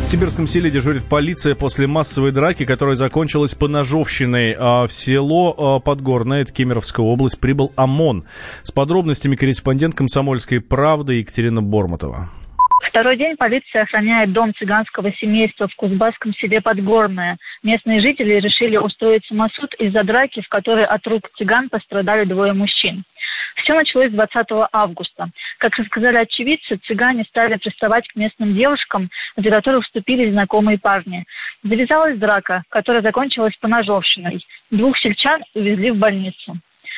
сибирском селе дежурит полиция после массовой драки, которая закончилась поножовщиной. В село Подгорное, это Кемеровская область, прибыл ОМОН. С подробностями корреспондент «Комсомольской правды» Екатерина Бормотова. Второй день полиция охраняет дом цыганского семейства в Кузбасском селе Подгорное. Местные жители решили устроить самосуд из-за драки, в которой от рук цыган пострадали двое мужчин. Все началось 20 августа. Как рассказали очевидцы, цыгане стали приставать к местным девушкам, за которых вступили знакомые парни. Завязалась драка, которая закончилась поножовщиной. 2 сельчан увезли в больницу.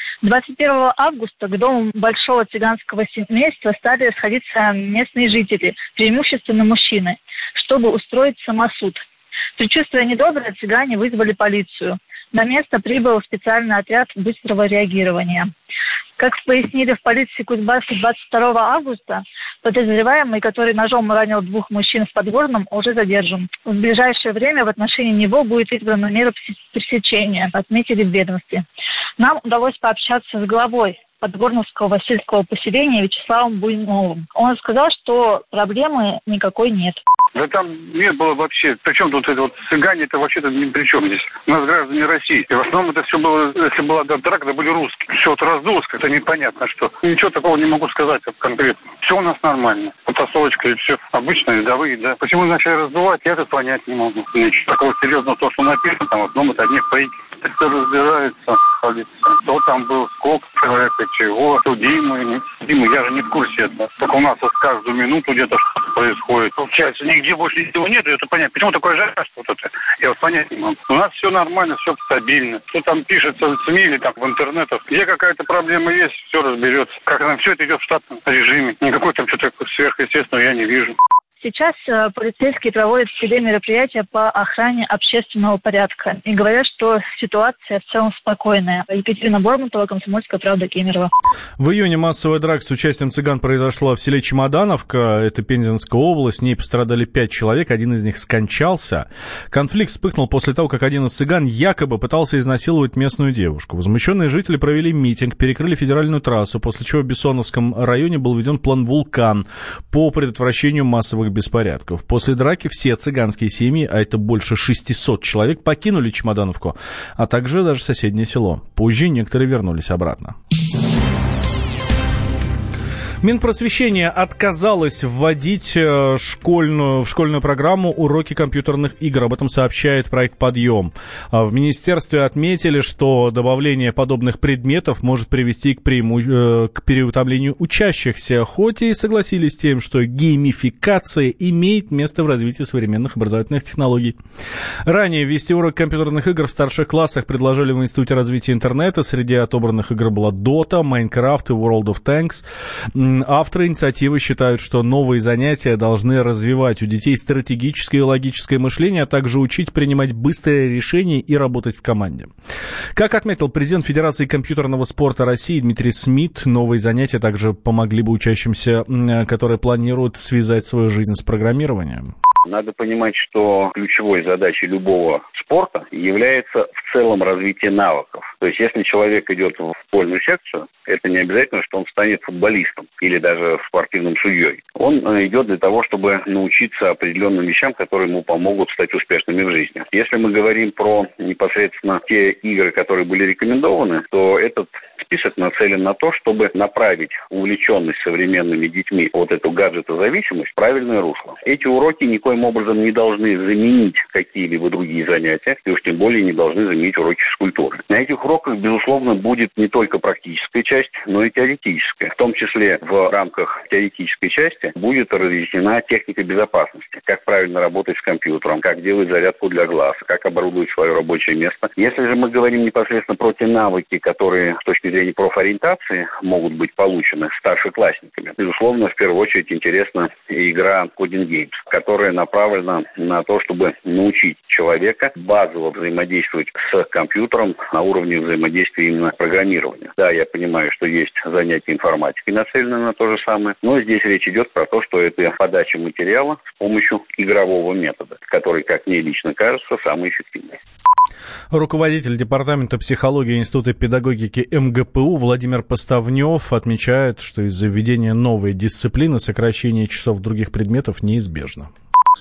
21 августа к дому большого цыганского семейства стали расходиться местные жители, преимущественно мужчины, чтобы устроить самосуд. Предчувствуя недоброе, цыгане вызвали полицию. На место прибыл специальный отряд быстрого реагирования. Как пояснили в полиции Кузбасса 22 августа, подозреваемый, который ножом ранил 2 мужчин в Подгорном, уже задержан. В ближайшее время в отношении него будет избрана мера пресечения, отметили в ведомстве. Нам удалось пообщаться с главой Подгорновского сельского поселения Вячеславом Буйновым. Он сказал, что проблемы никакой нет. Да там не было вообще. Причем тут это вот цыгане, это вообще-то ни при чем здесь. У нас граждане России. И в основном это все было, если была драка, это были русские. Все вот раздулось, как-то непонятно что. Ничего такого не могу сказать конкретно. Все у нас нормально. Потасовочка и все. Обычные рядовые, да. Почему начали раздувать, я это понять не могу. Ничего такого серьезного, то, что написано, там в основном это одни фейки. Это все разбирается полиция. Кто там был, сколько человека, чего, судимый, не судимый. Я же не в курсе этого. Только у нас вот каждую минуту где-то что-то происходит. Получается, нигде больше ничего нет, это понятно. Почему такое жарко вот это? Я вот понять не могу. У нас все нормально, все стабильно. Что там пишется в СМИ или там в интернетах, где какая-то проблема есть, все разберется. Как там все это идет в штатном режиме. Никакой там что-то сверхъестественного я не вижу. Сейчас полицейские проводят в селе мероприятия по охране общественного порядка. И говорят, что ситуация в целом спокойная. Екатерина Бормотова, «Комсомольская правда», Кемерово. В июне массовая драка с участием цыган произошла в селе Чемодановка. Это Пензенская область. В ней пострадали 5 человек. Один из них скончался. Конфликт вспыхнул после того, как один из цыган якобы пытался изнасиловать местную девушку. Возмущенные жители провели митинг, перекрыли федеральную трассу, после чего в Бессоновском районе был введен план «Вулкан» по предотвращению массовых беспорядков. После драки все цыганские семьи, а это больше 600 человек, покинули Чемодановку, а также даже соседнее село. Позже некоторые вернулись обратно. Минпросвещение отказалось вводить в школьную программу уроки компьютерных игр. Об этом сообщает проект «Подъем». В министерстве отметили, что добавление подобных предметов может привести к переутомлению учащихся, хоть и согласились с тем, что геймификация имеет место в развитии современных образовательных технологий. Ранее ввести урок компьютерных игр в старших классах предложили в Институте развития интернета. Среди отобранных игр была Dota, Minecraft и World of Tanks. Авторы инициативы считают, что новые занятия должны развивать у детей стратегическое и логическое мышление, а также учить принимать быстрые решения и работать в команде. Как отметил президент Федерации компьютерного спорта России Дмитрий Смит, новые занятия также помогли бы учащимся, которые планируют связать свою жизнь с программированием. Надо понимать, что ключевой задачей любого спорта является в целом развитие навыков. То есть, если человек идет в футбольную секцию, это не обязательно, что он станет футболистом или даже спортивным судьей. Он идет для того, чтобы научиться определенным вещам, которые ему помогут стать успешными в жизни. Если мы говорим про непосредственно те игры, которые были рекомендованы, то этот список нацелен на то, чтобы направить увлеченность современными детьми от эту гаджетозависимость в правильное русло. Эти уроки никоим образом не должны заменить какие-либо другие занятия, и уж тем более не должны заменить уроки физкультуры. На этих уроках, безусловно, будет не только практическая часть, но и теоретическая. В том числе в рамках теоретической части будет разъяснена техника безопасности, как правильно работать с компьютером, как делать зарядку для глаз, как оборудовать свое рабочее место. Если же мы говорим непосредственно про те навыки, которые с точки зрения профориентации могут быть получены старшеклассниками, безусловно, в первую очередь интересна игра Coding Games, которая направлена на то, чтобы научить человека базово взаимодействовать с компьютером на уровне взаимодействия именно программирования. Да, я понимаю, что есть занятия информатикой, нацеленные на то же самое, но здесь речь идет про то, что это подача материала с помощью игрового метода, который, как мне лично кажется, самый эффективный. Руководитель департамента психологии Института педагогики МГПУ Владимир Поставнев отмечает, что из-за введения новой дисциплины сокращение часов других предметов неизбежно.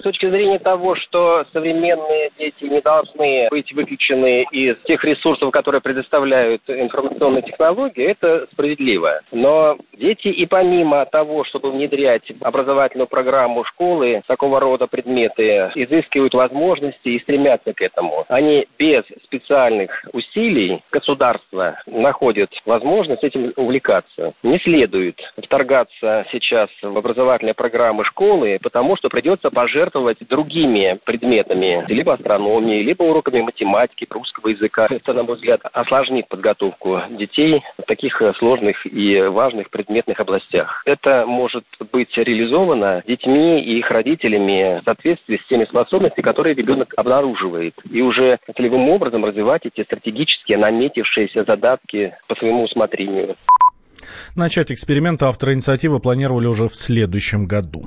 С точки зрения того, что современные дети не должны быть выключены из тех ресурсов, которые предоставляют информационные технологии, это справедливо. Но дети и помимо того, чтобы внедрять в образовательную программу школы такого рода предметы, изыскивают возможности и стремятся к этому. Они без специальных усилий государства находят возможность этим увлекаться. Не следует вторгаться сейчас в образовательные программы школы, потому что придется пожертвовать другими предметами, либо астрономией, либо уроками математики, русского языка. Это, на мой взгляд, осложнит подготовку детей в таких сложных и важных предметных областях. Это может быть реализовано детьми и их родителями в соответствии с теми способностями, которые ребенок обнаруживает, и уже целевым образом развивать эти стратегические наметившиеся задатки по своему усмотрению. Начать эксперимент авторы инициативы планировали уже в следующем году.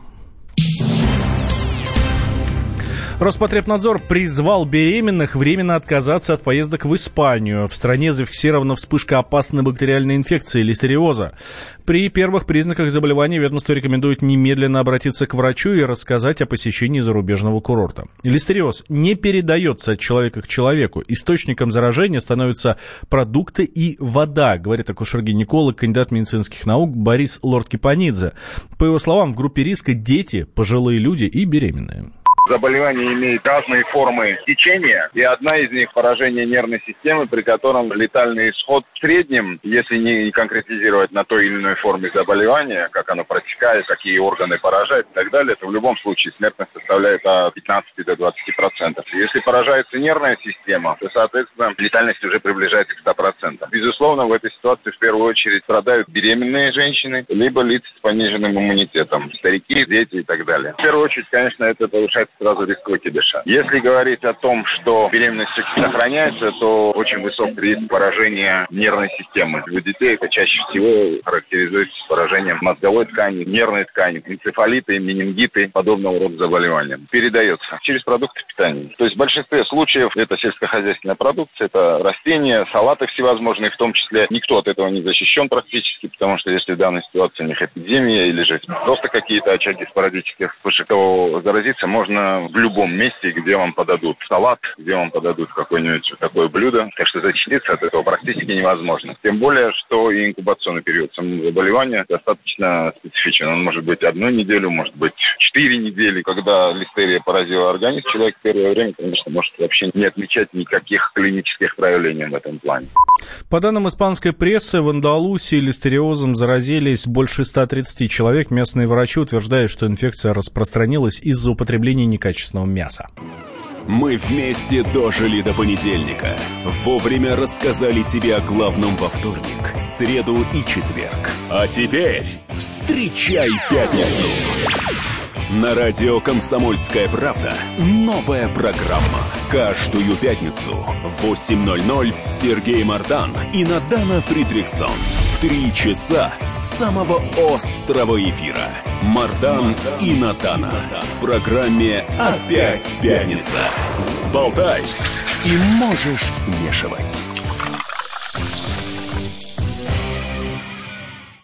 Роспотребнадзор призвал беременных временно отказаться от поездок в Испанию. В стране зафиксирована вспышка опасной бактериальной инфекции листериоза. При первых признаках заболевания ведомство рекомендует немедленно обратиться к врачу и рассказать о посещении зарубежного курорта. Листериоз не передается от человека к человеку. Источником заражения становятся продукты и вода, говорит акушер-гинеколог, кандидат медицинских наук Борис Лорд-Кипанидзе. По его словам, в группе риска дети, пожилые люди и беременные. Заболевание имеет разные формы течения, и одна из них – поражение нервной системы, при котором летальный исход в среднем, если не конкретизировать на той или иной форме заболевания, как оно протекает, какие органы поражает и так далее, то в любом случае смертность составляет от 15 до 20%. Если поражается нервная система, то, соответственно, летальность уже приближается к 100%. Безусловно, в этой ситуации в первую очередь страдают беременные женщины, либо лица с пониженным иммунитетом, старики, дети и так далее. В первую очередь, конечно, это повышает сразу риск окидыша. Если говорить о том, что беременность все-таки сохраняется, то очень высокий риск поражения нервной системы. У детей это чаще всего характеризуется поражением мозговой ткани, нервной ткани, энцефалиты, менингиты, подобного рода заболевания. Передается через продукты питания. То есть в большинстве случаев это сельскохозяйственная продукция, это растения, салаты всевозможные, в том числе никто от этого не защищен практически, потому что если в данной ситуации у них эпидемия или же просто какие-то очаги спорадических вспышек, то заразиться можно в любом месте, где вам подадут салат, где вам подадут какое-нибудь такое блюдо. Так что защититься от этого практически невозможно. Тем более, что и инкубационный период самого заболевания достаточно специфичен. Он может быть 1 неделю, может быть 4 недели. Когда листерия поразила организм, человек в первое время, конечно, может вообще не отмечать никаких клинических проявлений в этом плане. По данным испанской прессы, в Андалусии листериозом заразились больше 130 человек. Местные врачи утверждают, что инфекция распространилась из-за употребления некачественного мяса. Мы вместе дожили до понедельника. Вовремя рассказали тебе о главном во вторник, среду и четверг. А теперь встречай пятницу. На радио «Комсомольская правда» новая программа. Каждую пятницу в 8:00 Сергей Мардан и Надана Фридрихсон. 3 часа самого острого эфира. Мардан и Надана. В программе «Опять пятница». Взболтай и можешь смешивать.